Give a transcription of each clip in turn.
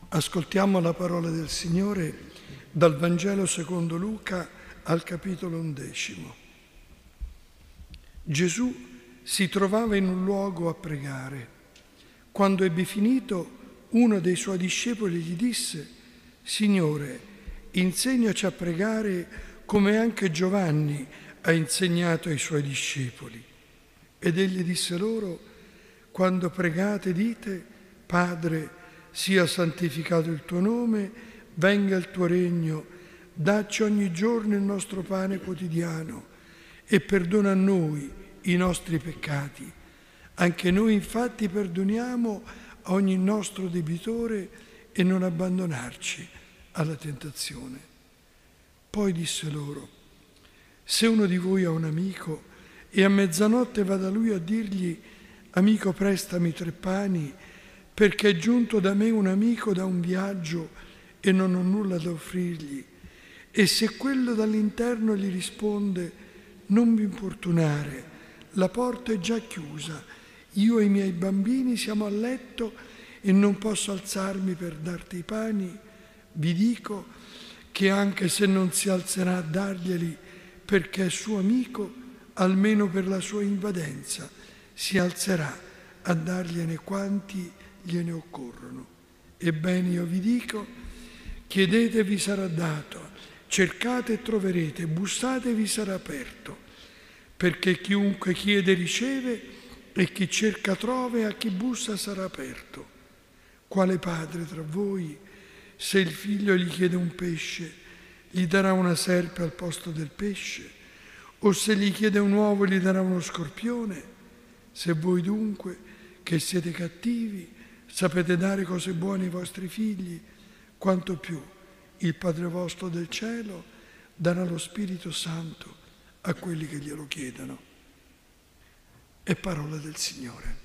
Ascoltiamo la parola del Signore dal Vangelo secondo Luca al capitolo 11. Gesù si trovava in un luogo a pregare. Quando ebbe finito, uno dei suoi discepoli gli disse: «Signore, insegnaci a pregare come anche Giovanni ha insegnato ai suoi discepoli». Ed egli disse loro: «Quando pregate dite: Padre, sia santificato il tuo nome, venga il tuo regno, dacci ogni giorno il nostro pane quotidiano e perdona a noi i nostri peccati. Anche noi infatti perdoniamo a ogni nostro debitore e non abbandonarci alla tentazione». Poi disse loro: «Se uno di voi ha un amico e a mezzanotte va da lui a dirgli: Amico, prestami 3 pani, perché è giunto da me un amico da un viaggio e non ho nulla da offrirgli. E se quello dall'interno gli risponde: non mi importunare, la porta è già chiusa, io e i miei bambini siamo a letto e non posso alzarmi per darti i pani, vi dico che anche se non si alzerà a darglieli perché è suo amico, almeno per la sua invadenza si alzerà a dargliene quanti gliene occorrono. Ebbene, io vi dico: chiedete e vi sarà dato, cercate e troverete, bussate e vi sarà aperto, perché chiunque chiede riceve e chi cerca trova e a chi bussa sarà aperto. Quale padre tra voi, se il figlio gli chiede un pesce, gli darà una serpe al posto del pesce? O se gli chiede un uovo gli darà uno scorpione? Se voi dunque, che siete cattivi, sapete dare cose buone ai vostri figli, quanto più il Padre vostro del cielo darà lo Spirito Santo a quelli che glielo chiedono». È parola del Signore.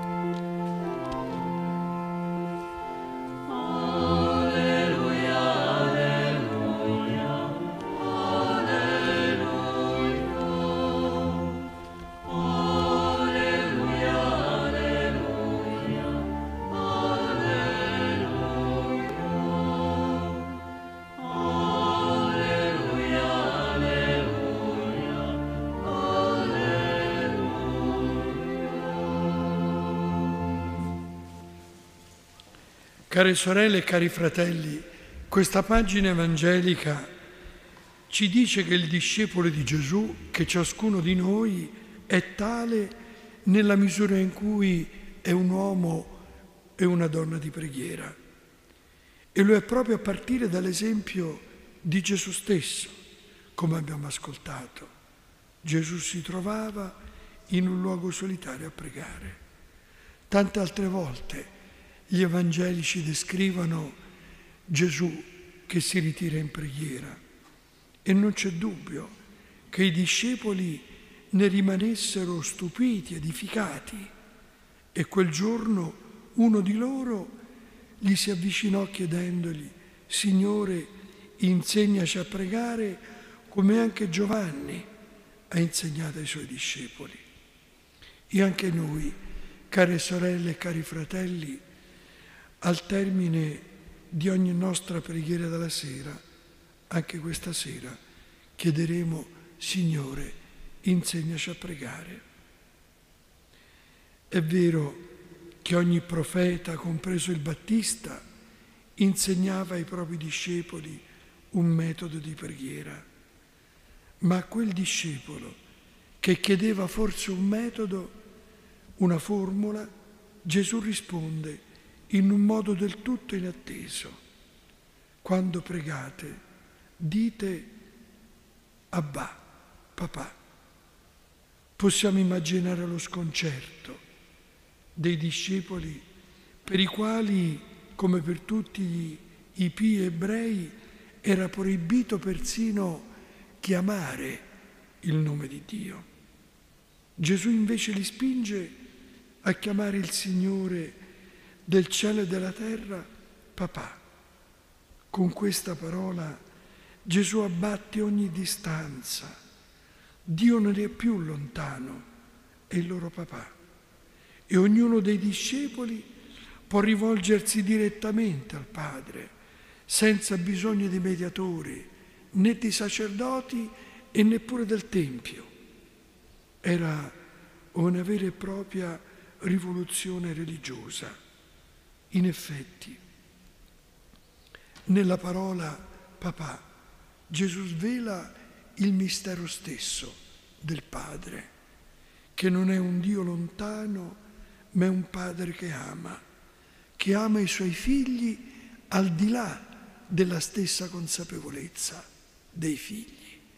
Care sorelle e cari fratelli, questa pagina evangelica ci dice che il discepolo di Gesù, che ciascuno di noi è tale nella misura in cui è un uomo e una donna di preghiera. E lo è proprio a partire dall'esempio di Gesù stesso, come abbiamo ascoltato. Gesù si trovava in un luogo solitario a pregare. Tante altre volte gli Evangeli ci descrivono Gesù che si ritira in preghiera e non c'è dubbio che i discepoli ne rimanessero stupiti, edificati, e quel giorno uno di loro gli si avvicinò chiedendogli: «Signore, insegnaci a pregare come anche Giovanni ha insegnato ai suoi discepoli». E anche noi, care sorelle e cari fratelli, al termine di ogni nostra preghiera della sera, anche questa sera, chiederemo: Signore, insegnaci a pregare. È vero che ogni profeta, compreso il Battista, insegnava ai propri discepoli un metodo di preghiera, ma a quel discepolo che chiedeva forse un metodo, una formula, Gesù risponde in un modo del tutto inatteso: quando pregate, dite Abba, papà. Possiamo immaginare lo sconcerto dei discepoli, per i quali, come per tutti i pii ebrei, era proibito persino chiamare il nome di Dio. Gesù invece li spinge a chiamare il Signore del cielo e della terra papà. Con questa parola Gesù abbatte ogni distanza. Dio non è più lontano, è il loro papà. E ognuno dei discepoli può rivolgersi direttamente al Padre, senza bisogno di mediatori, né di sacerdoti e neppure del Tempio. Era una vera e propria rivoluzione religiosa. In effetti, nella parola papà, Gesù svela il mistero stesso del Padre, che non è un Dio lontano, ma è un Padre che ama i suoi figli al di là della stessa consapevolezza dei figli.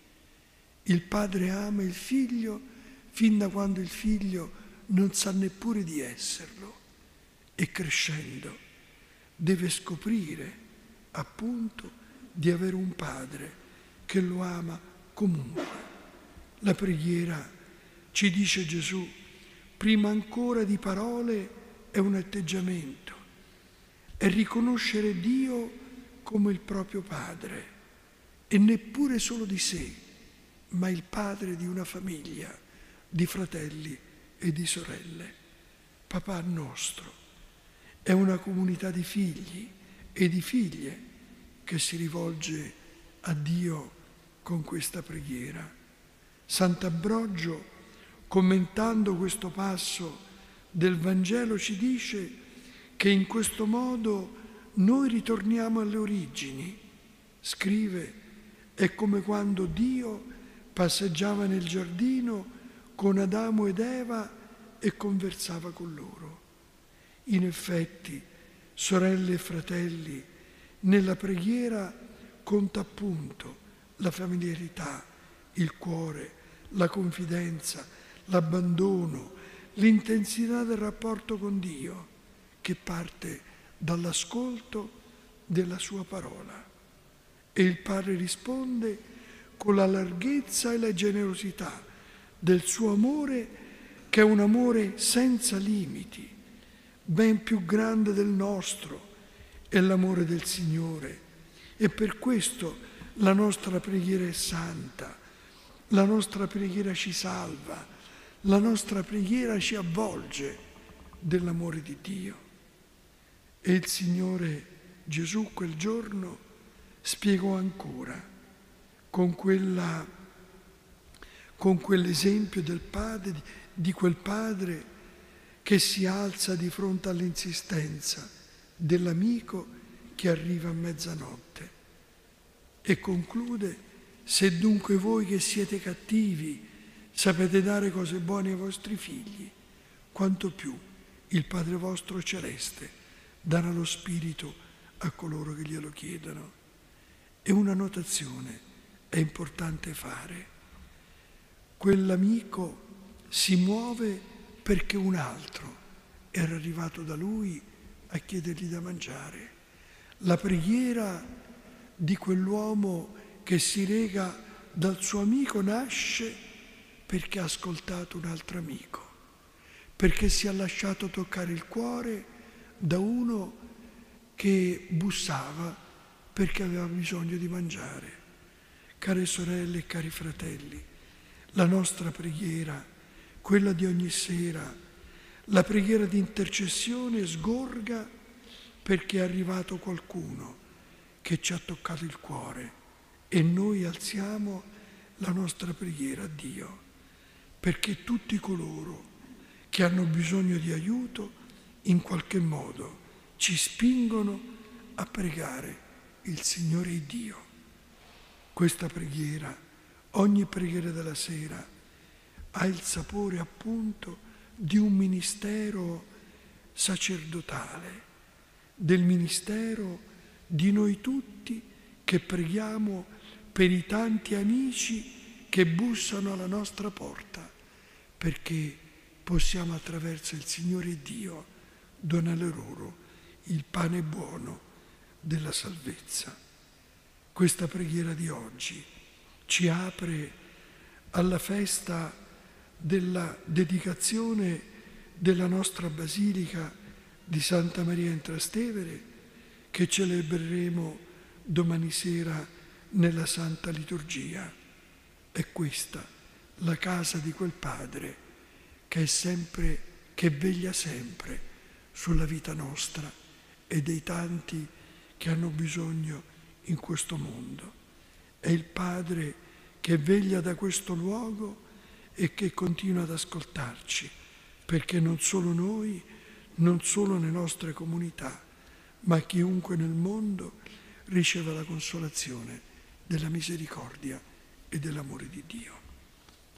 Il Padre ama il Figlio fin da quando il Figlio non sa neppure di esserlo e crescendo deve scoprire appunto di avere un Padre che lo ama comunque. La preghiera, ci dice Gesù, prima ancora di parole è un atteggiamento, è riconoscere Dio come il proprio Padre e neppure solo di sé, ma il Padre di una famiglia, di fratelli e di sorelle. Papà nostro è una comunità di figli e di figlie che si rivolge a Dio con questa preghiera. Sant'Ambrogio, commentando questo passo del Vangelo, ci dice che in questo modo noi ritorniamo alle origini. Scrive, è come quando Dio passeggiava nel giardino con Adamo ed Eva e conversava con loro. In effetti, sorelle e fratelli, nella preghiera conta appunto la familiarità, il cuore, la confidenza, l'abbandono, l'intensità del rapporto con Dio, che parte dall'ascolto della sua parola. E il Padre risponde con la larghezza e la generosità del suo amore, che è un amore senza limiti, ben più grande del nostro, è l'amore del Signore. E per questo la nostra preghiera è santa, la nostra preghiera ci salva, la nostra preghiera ci avvolge dell'amore di Dio. E il Signore Gesù quel giorno spiegò ancora con quell'esempio del Padre, di quel Padre che si alza di fronte all'insistenza dell'amico che arriva a mezzanotte e conclude: se dunque voi che siete cattivi sapete dare cose buone ai vostri figli, quanto più il Padre vostro celeste darà lo Spirito a coloro che glielo chiedono. E una notazione è importante fare: quell'amico si muove perché un altro era arrivato da lui a chiedergli da mangiare. La preghiera di quell'uomo che si rega dal suo amico nasce perché ha ascoltato un altro amico, perché si è lasciato toccare il cuore da uno che bussava perché aveva bisogno di mangiare. Care sorelle e cari fratelli, la nostra preghiera, quella di ogni sera, la preghiera di intercessione sgorga perché è arrivato qualcuno che ci ha toccato il cuore e noi alziamo la nostra preghiera a Dio, perché tutti coloro che hanno bisogno di aiuto in qualche modo ci spingono a pregare il Signore Dio. Questa preghiera, ogni preghiera della sera, ha il sapore appunto di un ministero sacerdotale, del ministero di noi tutti che preghiamo per i tanti amici che bussano alla nostra porta, perché possiamo attraverso il Signore Dio donare loro il pane buono della salvezza. Questa preghiera di oggi ci apre alla festa della dedicazione della nostra Basilica di Santa Maria in Trastevere, che celebreremo domani sera nella Santa Liturgia. È questa la casa di quel Padre che veglia sempre sulla vita nostra e dei tanti che hanno bisogno in questo mondo. È il Padre che veglia da questo luogo e che continua ad ascoltarci, perché non solo noi, non solo le nostre comunità, ma chiunque nel mondo riceva la consolazione della misericordia e dell'amore di Dio.